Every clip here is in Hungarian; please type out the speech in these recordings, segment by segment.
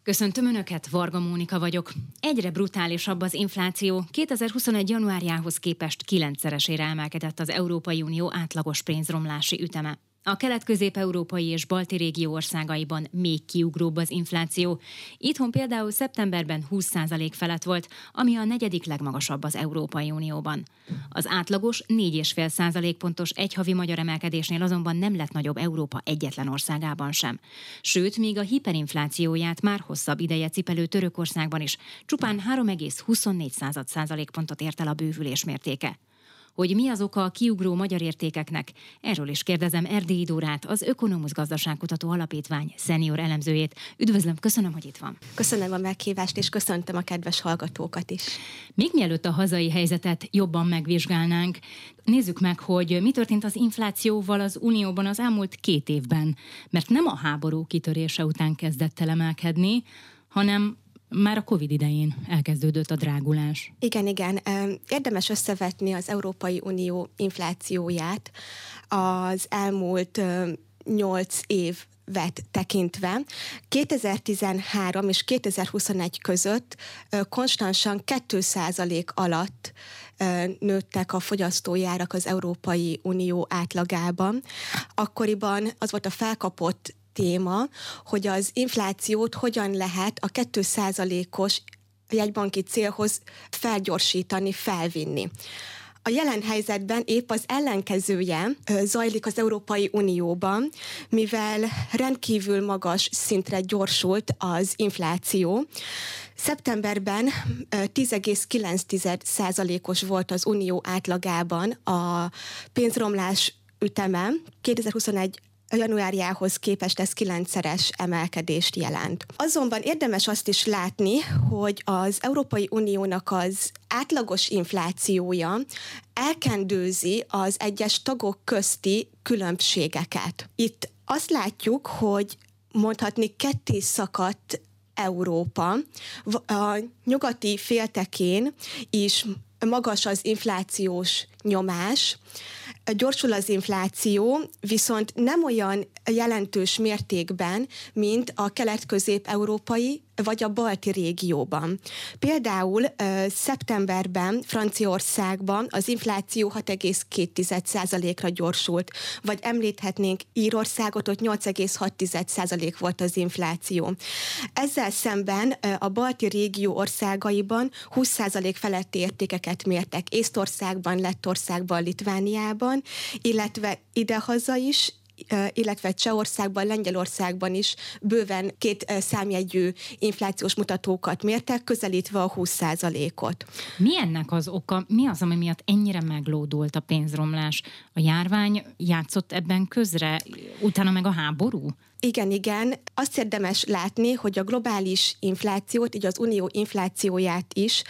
Köszöntöm Önöket, Varga Mónika vagyok. Egyre brutálisabb az infláció. 2021. januárjához képest 9-szeresére emelkedett az Európai Unió átlagos pénzromlási üteme. A kelet-közép-európai és balti régió országaiban még kiugróbb az infláció. Itthon például szeptemberben 20% felett volt, ami a negyedik legmagasabb az Európai Unióban. Az átlagos 4,5% pontos egyhavi magyar emelkedésnél azonban nem lett nagyobb Európa egyetlen országában sem. Sőt, még a hiperinflációját már hosszabb ideje cipelő Törökországban is csupán 3,24% pontot ért el a bővülés mértéke. Hogy mi az oka a kiugró magyar értékeknek, erről is kérdezem Erdélyi Dórát, az Ökonomusz Gazdaságkutató Alapítvány szenior elemzőjét. Üdvözlöm, köszönöm, hogy itt van. Köszönöm a meghívást, és köszöntöm a kedves hallgatókat is. Még mielőtt a hazai helyzetet jobban megvizsgálnánk, nézzük meg, hogy mi történt az inflációval az Unióban az elmúlt 2 évben. Mert nem a háború kitörése után kezdett el emelkedni, hanem már a Covid idején elkezdődött a drágulás. Igen. Érdemes összevetni az Európai Unió inflációját az elmúlt 8 évet tekintve. 2013 és 2021 között konstansan 2% alatt nőttek a fogyasztójárak az Európai Unió átlagában. Akkoriban az volt a felkapott téma, hogy az inflációt hogyan lehet a 2%-os jegybanki célhoz felgyorsítani, felvinni. A jelen helyzetben épp az ellenkezője zajlik az Európai Unióban, mivel rendkívül magas szintre gyorsult az infláció. Szeptemberben 10,9%-os volt az unió átlagában a pénzromlás üteme, 2021 januárjához képest ez 9-szeres emelkedést jelent. Azonban érdemes azt is látni, hogy az Európai Uniónak az átlagos inflációja elkendőzi az egyes tagok közti különbségeket. Itt azt látjuk, hogy mondhatni ketté szakadt Európa. A nyugati féltekén is magas az inflációs nyomás, gyorsul az infláció, viszont nem olyan jelentős mértékben, mint a kelet-közép-európai vagy a balti régióban. Például szeptemberben Franciaországban az infláció 6,2%-ra gyorsult, vagy említhetnénk Írországot, ott 8,6% volt az infláció. Ezzel szemben a balti régió országaiban 20% feletti értékeket mértek. Észtországban, Lettországban, Litvániában, illetve idehaza is, illetve Csehországban, Lengyelországban is bőven 2 számjegyű inflációs mutatókat mértek, közelítve a 20%-ot. Mi ennek az oka? Mi az, ami miatt ennyire meglódult a pénzromlás? A járvány játszott ebben közre, utána meg a háború? Igen. Azt érdemes látni, hogy a globális inflációt, így az unió inflációját is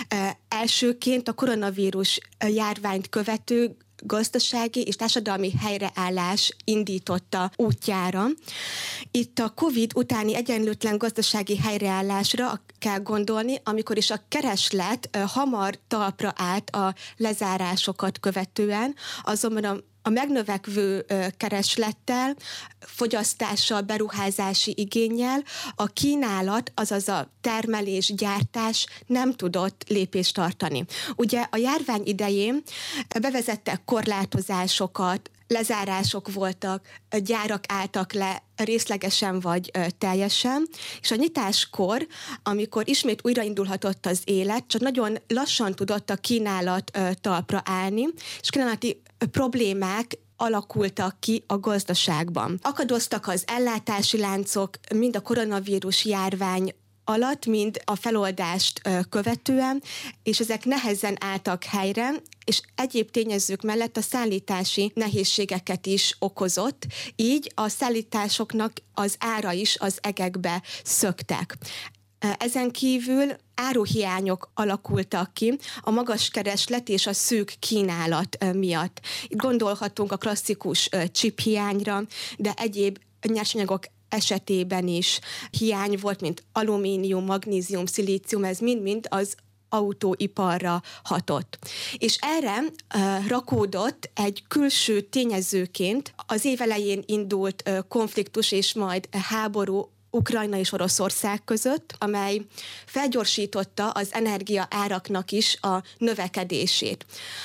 elsőként a koronavírus járványt követő gazdasági és társadalmi helyreállás indította útjára. Itt a Covid utáni egyenlőtlen gazdasági helyreállásra kell gondolni, amikor is a kereslet hamar talpra állt a lezárásokat követően, azonban a megnövekvő kereslettel, fogyasztással, beruházási igénnyel a kínálat, azaz a termelés, gyártás nem tudott lépést tartani. Ugye a járvány idején bevezettek korlátozásokat, lezárások voltak, gyárak álltak le részlegesen vagy teljesen, és a nyitáskor, amikor ismét újraindulhatott az élet, csak nagyon lassan tudott a kínálat talpra állni, és kínálati problémák alakultak ki a gazdaságban. Akadoztak az ellátási láncok, mind a koronavírus járvány alatt, mind a feloldást követően, és ezek nehezen álltak helyre, és egyéb tényezők mellett a szállítási nehézségeket is okozott, így a szállításoknak az ára is az egekbe szöktek. Ezen kívül áruhiányok alakultak ki a magas kereslet és a szűk kínálat miatt. Itt gondolhatunk a klasszikus chiphiányra, de egyéb nyersanyagok esetében is hiány volt, mint alumínium, magnézium, szilícium, ez mind-mind az autóiparra hatott. És erre rakódott egy külső tényezőként az év elején indult konfliktus és majd háború Ukrajna és Oroszország között, amely felgyorsította az energia áraknak is a növekedését.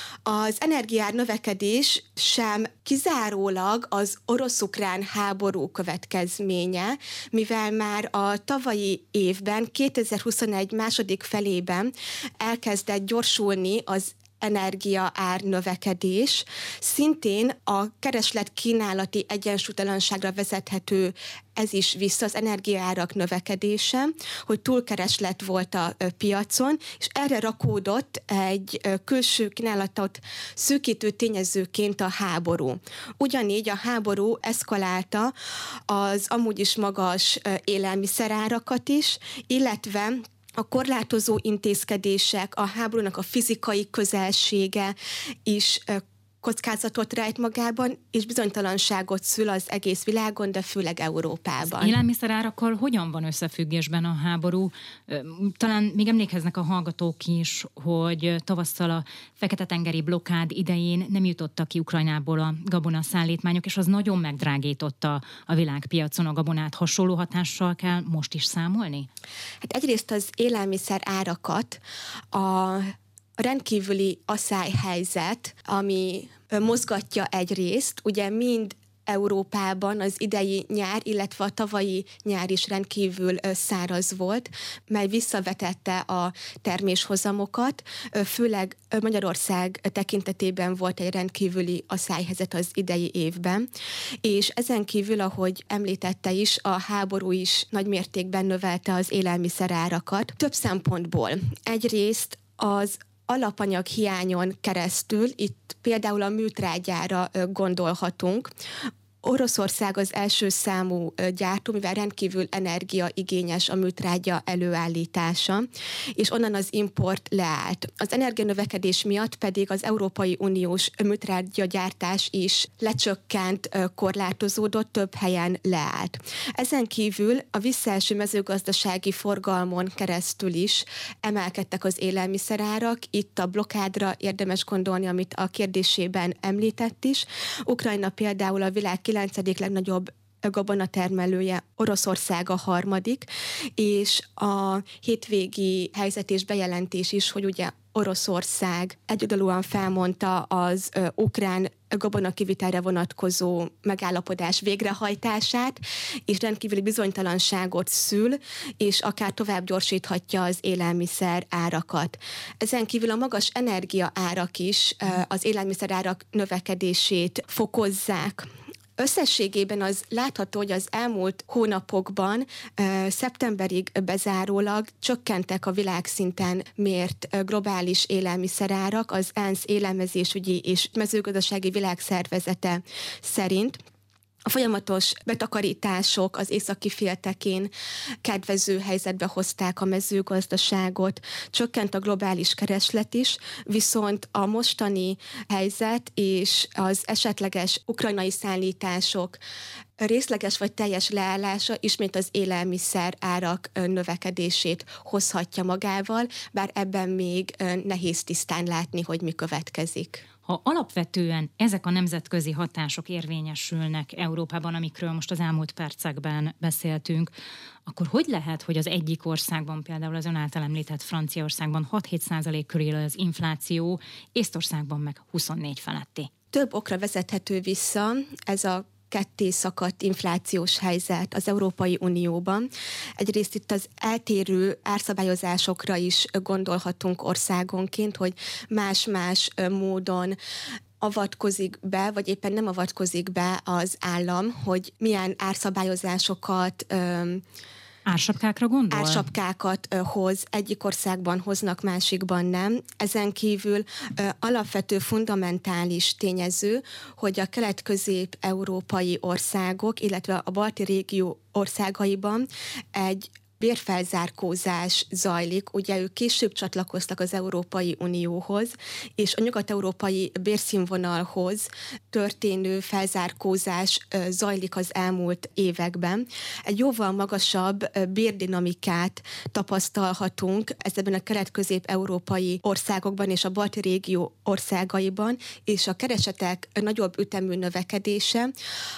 Az energiaár növekedés sem kizárólag az orosz-ukrán háború következménye, mivel már a tavalyi évben, 2021 második felében elkezdett gyorsulni az energiaár növekedés, szintén a kereslet-kínálati egyensúlytalanságra vezethető ez is vissza, az energiaárak növekedése, hogy túlkereslet volt a piacon, és erre rakódott egy külső kínálatot szűkítő tényezőként a háború. Ugyanígy a háború eszkalálta az amúgy is magas élelmiszerárakat is, illetve a korlátozó intézkedések, a háborúnak a fizikai közelsége is kockázatot rejt magában, és bizonytalanságot szül az egész világon, de főleg Európában. Az élelmiszerárakkal hogyan van összefüggésben a háború? Talán még emlékeznek a hallgatók is, hogy tavasszal a Fekete-tengeri blokkád idején nem jutottak ki Ukrajnából a gabonaszállítmányok, és az nagyon megdrágította a világpiacon a gabonát. Hasonló hatással kell most is számolni? Hát egyrészt az élelmiszer árakat a rendkívüli asszályhelyzet, ami mozgatja egyrészt, ugye mind Európában az idei nyár, illetve a tavalyi nyár is rendkívül száraz volt, mely visszavetette a terméshozamokat, főleg Magyarország tekintetében volt egy rendkívüli asszályhelyzet az idei évben, és ezen kívül, ahogy említette is, a háború is nagy mértékben növelte az élelmiszerárakat. Több szempontból. Egyrészt az alapanyag hiányon keresztül, itt például a műtrágyára gondolhatunk. Oroszország az első számú gyártó, mivel rendkívül energiaigényes a műtrágya előállítása, és onnan az import leállt. Az energianövekedés miatt pedig az Európai Uniós műtrágyagyártás is lecsökkent, korlátozódott, több helyen leállt. Ezen kívül a visszaeső mezőgazdasági forgalmon keresztül is emelkedtek az élelmiszerárak. Itt a blokkádra érdemes gondolni, amit a kérdésében említett is. Ukrajna például a világ 9. legnagyobb gabonatermelője, Oroszország a 3., és a hétvégi helyzet és bejelentés is, hogy ugye Oroszország egyoldalúan felmondta az ukrán gabonakivitelre vonatkozó megállapodás végrehajtását, és rendkívüli bizonytalanságot szül, és akár tovább gyorsíthatja az élelmiszer árakat. Ezen kívül a magas energia árak is az élelmiszer árak növekedését fokozzák. Összességében az látható, hogy az elmúlt hónapokban szeptemberig bezárólag csökkentek a világszinten mért globális élelmiszerárak az ENSZ élelmezésügyi és mezőgazdasági világszervezete szerint. A folyamatos betakarítások az északi féltekén kedvező helyzetbe hozták a mezőgazdaságot, csökkent a globális kereslet is, viszont a mostani helyzet és az esetleges ukrajnai szállítások részleges vagy teljes leállása ismét az élelmiszer árak növekedését hozhatja magával, bár ebben még nehéz tisztán látni, hogy mi következik. Ha alapvetően ezek a nemzetközi hatások érvényesülnek Európában, amikről most az elmúlt percekben beszéltünk, akkor hogy lehet, hogy az egyik országban, például az ön által említett Franciaországban 6-7% körül az infláció, Észtországban meg 24 feletti? Több okra vezethető vissza ez a ketté szakadt inflációs helyzet az Európai Unióban. Egyrészt itt az eltérő árszabályozásokra is gondolhatunk országonként, hogy más-más módon avatkozik be, vagy éppen nem avatkozik be az állam, hogy milyen árszabályozásokat Ársapkákra gondol? Ársapkákat hoz, egyik országban hoznak, másikban nem. Ezen kívül alapvető fundamentális tényező, hogy a kelet-közép-európai országok, illetve a balti régió országaiban egy bérfelzárkózás zajlik, ugye ők később csatlakoztak az Európai Unióhoz, és a nyugat-európai bérszínvonalhoz történő felzárkózás zajlik az elmúlt években. Egy jóval magasabb bérdinamikát tapasztalhatunk ezekben a kelet-közép-európai országokban és a balti régió országaiban, és a keresetek nagyobb ütemű növekedése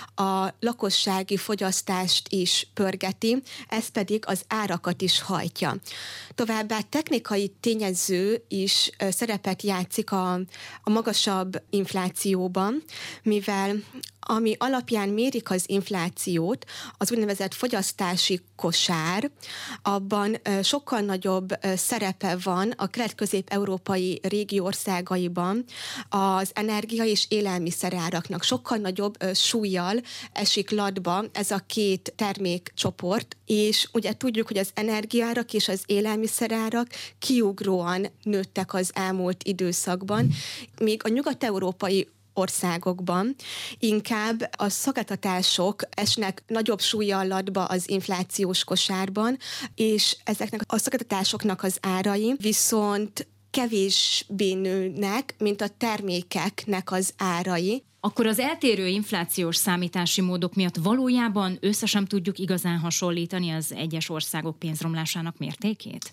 a lakossági fogyasztást is pörgeti, ez pedig az árakat is hajtja. Továbbá technikai tényező is szerepet játszik a magasabb inflációban, mivel ami alapján mérik az inflációt, az úgynevezett fogyasztási kosár, abban sokkal nagyobb szerepe van a kelet-közép-európai régió országaiban az energia és élelmiszeráraknak. Sokkal nagyobb súllyal esik latba ez a két termékcsoport, és ugye tudjuk, hogy az energiaárak és az élelmiszerárak kiugróan nőttek az elmúlt időszakban, míg a nyugat-európai országokban inkább a szolgáltatások esnek nagyobb súllyal latba az inflációs kosárban, és ezeknek a szolgáltatásoknak az árai viszont kevésbé nőnek, mint a termékeknek az árai. Akkor az eltérő inflációs számítási módok miatt valójában össze sem tudjuk igazán hasonlítani az egyes országok pénzromlásának mértékét?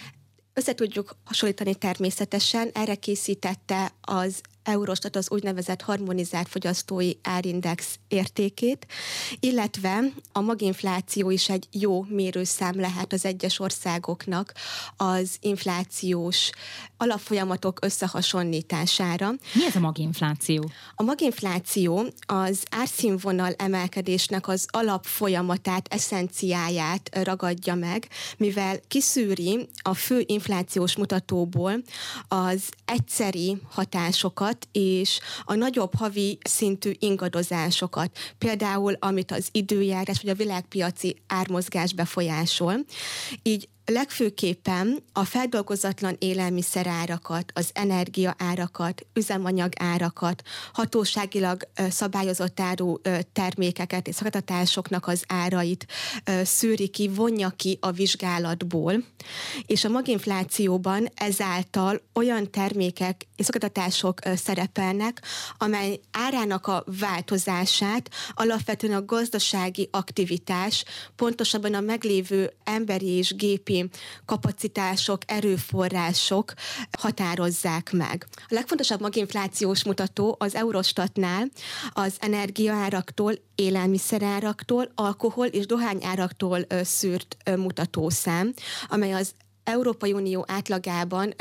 Össze tudjuk hasonlítani természetesen, erre készítette az Eurostat az úgynevezett harmonizált fogyasztói árindex értékét, illetve a maginfláció is egy jó mérőszám lehet az egyes országoknak az inflációs alapfolyamatok összehasonlítására. Mi ez a maginfláció? A maginfláció az árszínvonal emelkedésnek az alapfolyamatát, eszenciáját ragadja meg, mivel kiszűri a fő inflációs mutatóból az egyszeri hatásokat, és a nagyobb havi szintű ingadozásokat, például amit az időjárás vagy a világpiaci ármozgás befolyásol. Így legfőképpen a feldolgozatlan élelmiszerárakat, az energiaárakat, üzemanyagárakat, hatóságilag szabályozott áru termékeket és szolgáltatásoknak az árait szűri ki, vonja ki a vizsgálatból, és a maginflációban ezáltal olyan termékek és szolgáltatások szerepelnek, amely árának a változását alapvetően a gazdasági aktivitás, pontosabban a meglévő emberi és gépi kapacitások, erőforrások határozzák meg. A legfontosabb maginflációs mutató az Eurostatnál az energiaáraktól, élelmiszeráraktól, alkohol és dohányáraktól szűrt mutatószám, amely az Európai Unió átlagában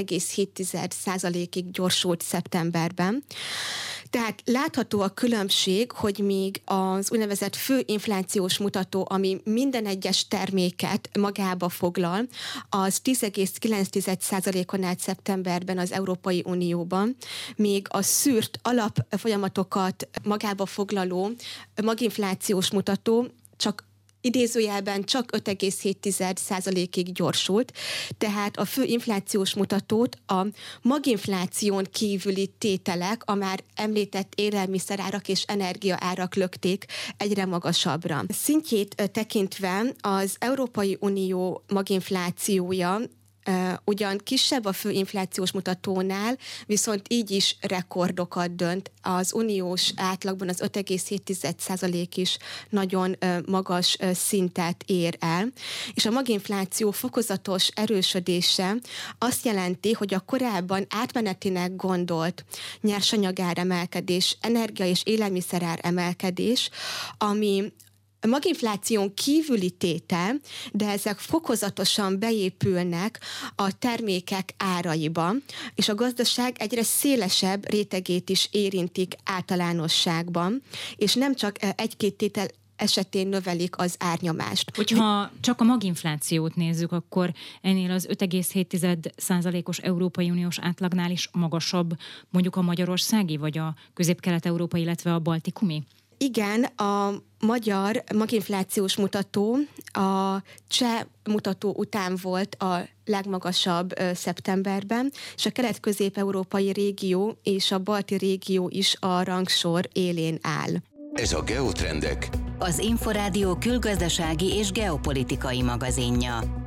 5,7%-ig gyorsult szeptemberben. Tehát látható a különbség, hogy míg az úgynevezett fő inflációs mutató, ami minden egyes terméket magába foglal, az 10,9%-on állt szeptemberben az Európai Unióban, míg a szűrt alapfolyamatokat magába foglaló maginflációs mutató idézőjelben csak 5,7%-ig gyorsult, tehát a fő inflációs mutatót a maginfláción kívüli tételek, a már említett élelmiszerárak és energiaárak lökték egyre magasabbra. Szintjét tekintve az Európai Unió maginflációja ugyan kisebb a fő inflációs mutatónál, viszont így is rekordokat dönt. Az uniós átlagban az 5,7% is nagyon magas szintet ér el. És a maginfláció fokozatos erősödése azt jelenti, hogy a korábban átmenetinek gondolt nyersanyagár emelkedés, energia- és élelmiszerár emelkedés, ami a maginfláción kívüli tétel, de ezek fokozatosan beépülnek a termékek áraiba, és a gazdaság egyre szélesebb rétegét is érintik általánosságban, és nem csak egy-két tétel esetén növelik az árnyomást. Hogyha csak a maginflációt nézzük, akkor ennél az 5,7%-os Európai Uniós átlagnál is magasabb mondjuk a magyarországi, vagy a közép-kelet-európai, illetve a baltikumi? Igen, a magyar maginflációs mutató a cseh mutató után volt a legmagasabb szeptemberben, és a kelet-közép-európai régió és a balti régió is a rangsor élén áll. Ez a Geotrendek, az Inforádió külgazdasági és geopolitikai magazinja.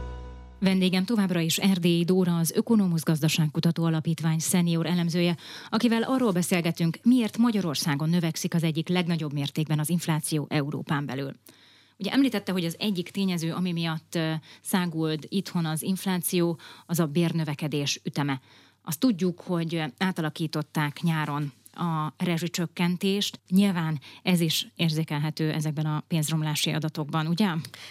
Vendégem továbbra is Erdélyi Dóra, az Ökonomusz Gazdaságkutató Alapítvány szenior elemzője, akivel arról beszélgetünk, miért Magyarországon növekszik az egyik legnagyobb mértékben az infláció Európán belül. Ugye említette, hogy az egyik tényező, ami miatt száguld itthon az infláció, az a bérnövekedés üteme. Azt tudjuk, hogy átalakították nyáron a rezsicsökkentést. Nyilván ez is érzékelhető ezekben a pénzromlási adatokban, ugye?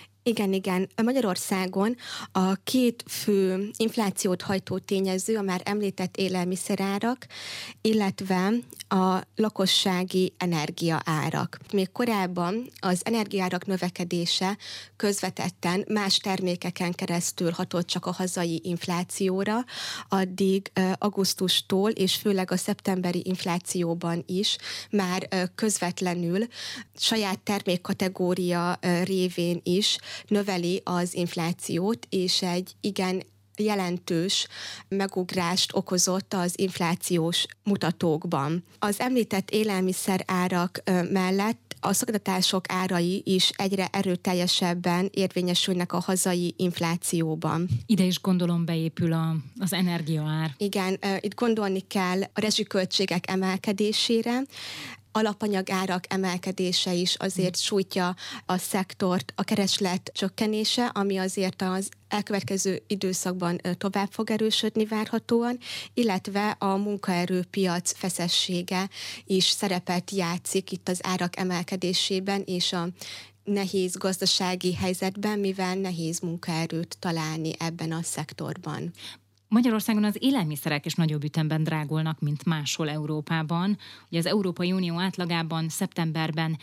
Igen. Magyarországon a két fő inflációt hajtó tényező a már említett élelmiszerárak, illetve a lakossági energiaárak. Még korábban az energiaárak növekedése közvetetten más termékeken keresztül hatott csak a hazai inflációra, addig augusztustól és főleg a szeptemberi inflációban is már közvetlenül saját termékkategória révén is növeli az inflációt, és egy igen jelentős megugrást okozott az inflációs mutatókban. Az említett élelmiszer árak mellett a szolgáltatások árai is egyre erőteljesebben érvényesülnek a hazai inflációban. Ide is gondolom beépül az energiaár. Igen, itt gondolni kell a rezsiköltségek emelkedésére, alapanyagárak emelkedése is azért sújtja a szektort, a kereslet csökkenése, ami azért az elkövetkező időszakban tovább fog erősödni várhatóan, illetve a munkaerőpiac feszessége is szerepet játszik itt az árak emelkedésében és a nehéz gazdasági helyzetben, mivel nehéz munkaerőt találni ebben a szektorban. Magyarországon az élelmiszerek is nagyobb ütemben drágulnak, mint máshol Európában. Ugye az Európai Unió átlagában szeptemberben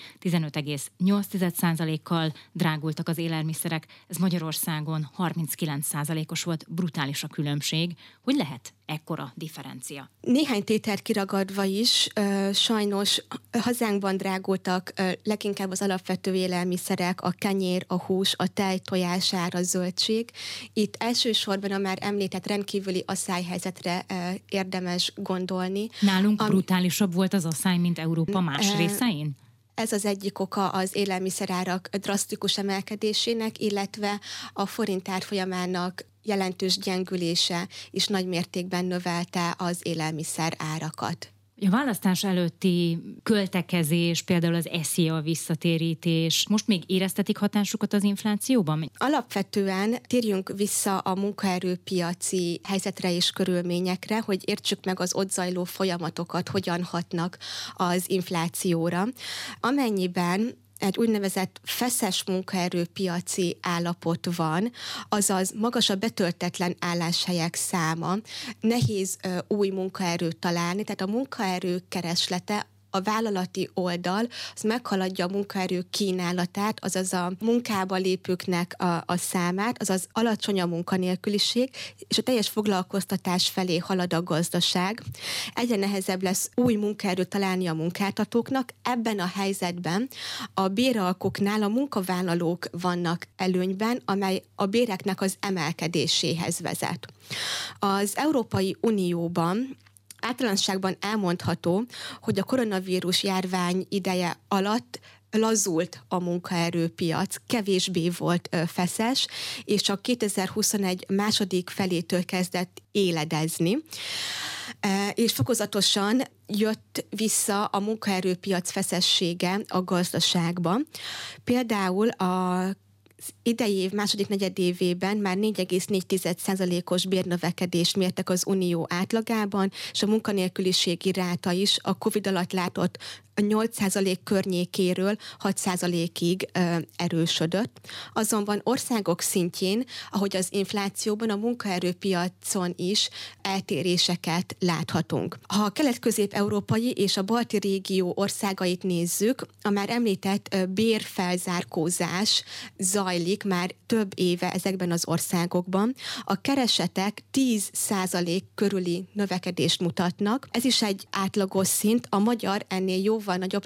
15,8%-kal drágultak az élelmiszerek, ez Magyarországon 39%-os volt, brutális a különbség. Hogy lehet ekkora differencia? Néhány tételt kiragadva is, sajnos hazánkban drágultak leginkább az alapvető élelmiszerek, a kenyér, a hús, a tej, tojás ár, a zöldség. Itt elsősorban a már említett rendkívüli asszályhelyzetre érdemes gondolni. Nálunk brutálisabb volt az asszály, mint Európa más részein? Ez az egyik oka az élelmiszerárak drasztikus emelkedésének, illetve a forint árfolyamának jelentős gyengülése is nagy mértékben növelte az élelmiszer árakat. A választás előtti költekezés, például az SZIA visszatérítés, most még éreztetik hatásukat az inflációban? Alapvetően térjünk vissza a munkaerőpiaci helyzetre és körülményekre, hogy értsük meg az ott zajló folyamatokat, hogyan hatnak az inflációra. Amennyiben egy úgynevezett feszes munkaerőpiaci állapot van, azaz magas a betöltetlen álláshelyek száma, nehéz új munkaerőt találni, tehát a munkaerő kereslete, a vállalati oldal az meghaladja a munkaerő kínálatát, azaz a munkába lépőknek a számát, azaz alacsony a munkanélküliség, és a teljes foglalkoztatás felé halad a gazdaság. Egyre nehezebb lesz új munkaerőt találni a munkáltatóknak. Ebben a helyzetben a béralkoknál a munkavállalók vannak előnyben, amely a béreknek az emelkedéséhez vezet. Az Európai Unióban általánosságban elmondható, hogy a koronavírus járvány ideje alatt lazult a munkaerőpiac, kevésbé volt feszes, és csak 2021 második felétől kezdett éledezni, és fokozatosan jött vissza a munkaerőpiac feszessége a gazdaságba. Például az idei év második negyedévében már 4,4%-os bérnövekedést mértek az unió átlagában, és a munkanélküliségi ráta is a Covid alatt látott 8% környékéről 6%-ig erősödött. Azonban országok szintjén, ahogy az inflációban, a munkaerőpiacon is eltéréseket láthatunk. Ha a kelet-közép-európai és a balti régió országait nézzük, a már említett bérfelzárkózás zajlik már több éve ezekben az országokban. A keresetek 10% körüli növekedést mutatnak. Ez is egy átlagos szint, a magyar ennél jóval nagyobb,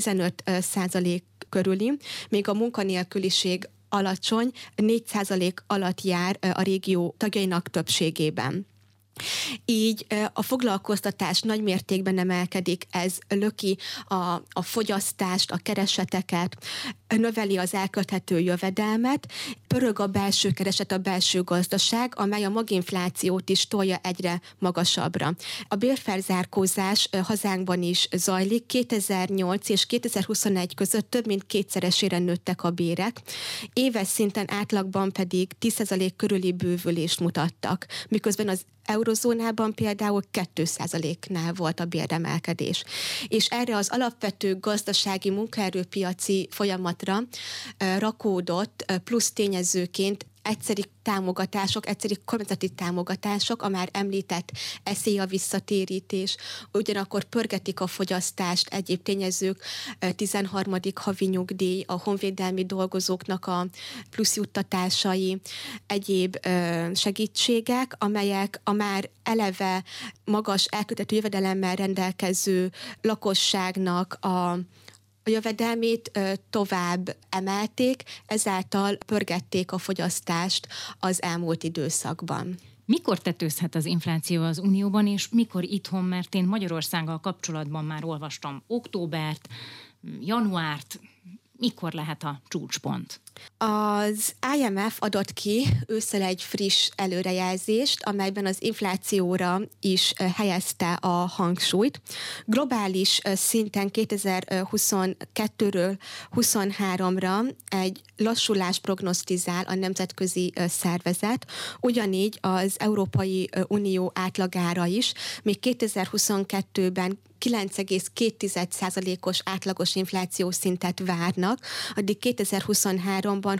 15% körüli, még a munkanélküliség alacsony, 4% alatt jár a régió tagjainak többségében. Így a foglalkoztatás nagy mértékben emelkedik, ez löki a fogyasztást, a kereseteket, növeli az elkölthető jövedelmet, pörög a belső kereset, a belső gazdaság, amely a maginflációt is tolja egyre magasabbra. A bérfelzárkózás hazánkban is zajlik. 2008 és 2021 között több mint kétszeresére nőttek a bérek, éves szinten átlagban pedig 10% körüli bővülést mutattak, miközben az eurozónában például 2%-nál volt a béremelkedés. És erre az alapvető gazdasági munkaerőpiaci folyamatra rakódott plusz tényezőként egyszeri támogatások, egyszeri kormányzati támogatások, a már említett esély a visszatérítés, ugyanakkor pörgetik a fogyasztást egyéb tényezők, 13. havi nyugdíj, a honvédelmi dolgozóknak a plusz juttatásai, egyéb segítségek, amelyek a már eleve magas elkölthető jövedelemmel rendelkező lakosságnak a jövedelmét tovább emelték, ezáltal pörgették a fogyasztást az elmúlt időszakban. Mikor tetőzhet az infláció az Unióban, és mikor itthon, mert én Magyarországgal kapcsolatban már olvastam októbert, januárt, mikor lehet a csúcspont? Az IMF adott ki ősszel egy friss előrejelzést, amelyben az inflációra is helyezte a hangsúlyt. Globális szinten 2022-ről 23-ra egy lassulás prognosztizál a nemzetközi szervezet, ugyanígy az Európai Unió átlagára is, még 2022-ben 9,2%-os átlagos inflációs szintet várnak, addig 2023-ban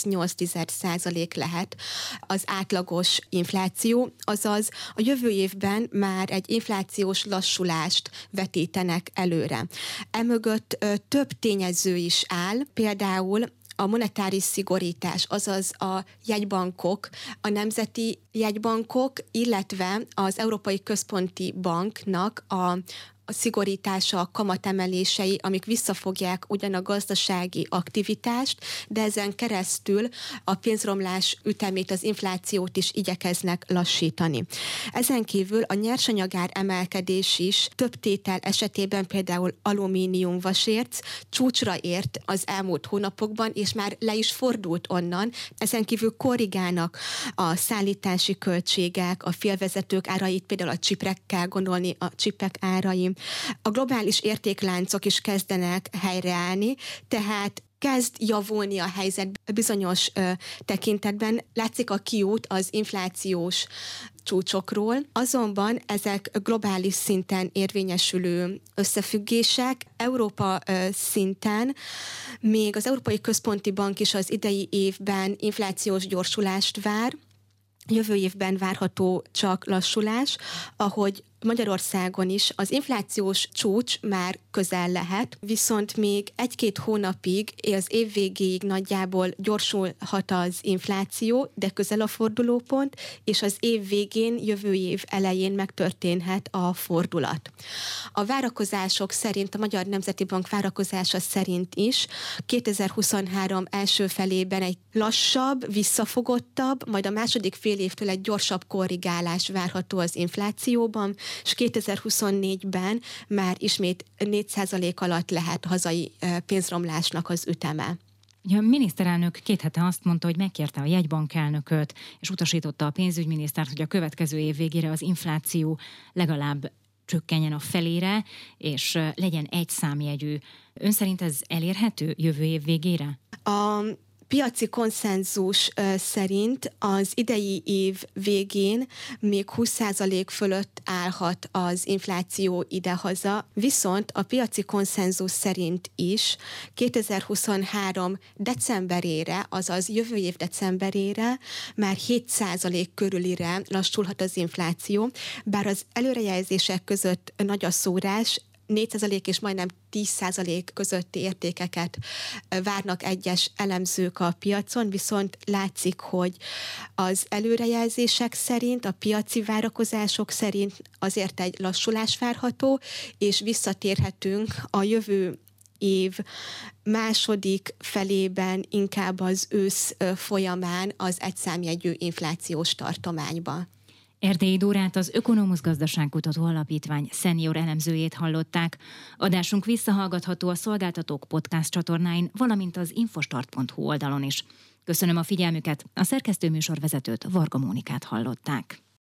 6,8% lehet az átlagos infláció, azaz a jövő évben már egy inflációs lassulást vetítenek előre. Emögött több tényező is áll, például a monetáris szigorítás, azaz a jegybankok, a nemzeti jegybankok, illetve az Európai Központi Banknak a szigorítása, a kamatemelései, amik visszafogják ugyan a gazdasági aktivitást, de ezen keresztül a pénzromlás ütemét, az inflációt is igyekeznek lassítani. Ezen kívül a nyersanyagár emelkedés is több tétel esetében, például alumínium, vasérc csúcsra ért az elmúlt hónapokban, és már le is fordult onnan. Ezen kívül korrigálnak a szállítási költségek, a félvezetők árait, például a csipekkel gondolni, a csipek árai. A globális értékláncok is kezdenek helyreállni, tehát kezd javulni a helyzet bizonyos tekintetben. Látszik a kiút az inflációs csúcsokról, azonban ezek globális szinten érvényesülő összefüggések. Európa szinten még az Európai Központi Bank is az idei évben inflációs gyorsulást vár, jövő évben várható csak lassulás, ahogy Magyarországon is az inflációs csúcs már közel lehet, viszont még 1-2 hónapig, az év végéig nagyjából gyorsulhat az infláció, de közel a fordulópont, és az év végén, jövő év elején megtörténhet a fordulat. A várakozások szerint, a Magyar Nemzeti Bank várakozása szerint is 2023 első felében egy lassabb, visszafogottabb, majd a második fél évtől egy gyorsabb korrigálás várható az inflációban, és 2024-ben már ismét 4% alatt lehet hazai pénzromlásnak az üteme. A miniszterelnök 2 hete azt mondta, hogy megkérte a jegybankelnököt, és utasította a pénzügyminisztert, hogy a következő év végére az infláció legalább csökkenjen a felére, és legyen egy számjegyű. Ön szerint ez elérhető jövő év végére? A piaci konszenzus szerint az idei év végén még 20% fölött állhat az infláció idehaza, viszont a piaci konszenzus szerint is 2023 decemberére, azaz jövő év decemberére már 7% körülire lassulhat az infláció, bár az előrejelzések között nagy a szórás, 4% és majdnem 10% közötti értékeket várnak egyes elemzők a piacon, viszont látszik, hogy az előrejelzések szerint, a piaci várakozások szerint azért egy lassulás várható, és visszatérhetünk a jövő év második felében, inkább az ősz folyamán az egyszámjegyű inflációs tartományba. Erdélyi Dórát, az Ökonomusz Gazdaságkutató Alapítvány szenior elemzőjét hallották. Adásunk visszahallgatható a szolgáltatók podcast csatornáin, valamint az infostart.hu oldalon is. Köszönöm a figyelmüket, a szerkesztő műsorvezetőt, Varga Mónikát hallották.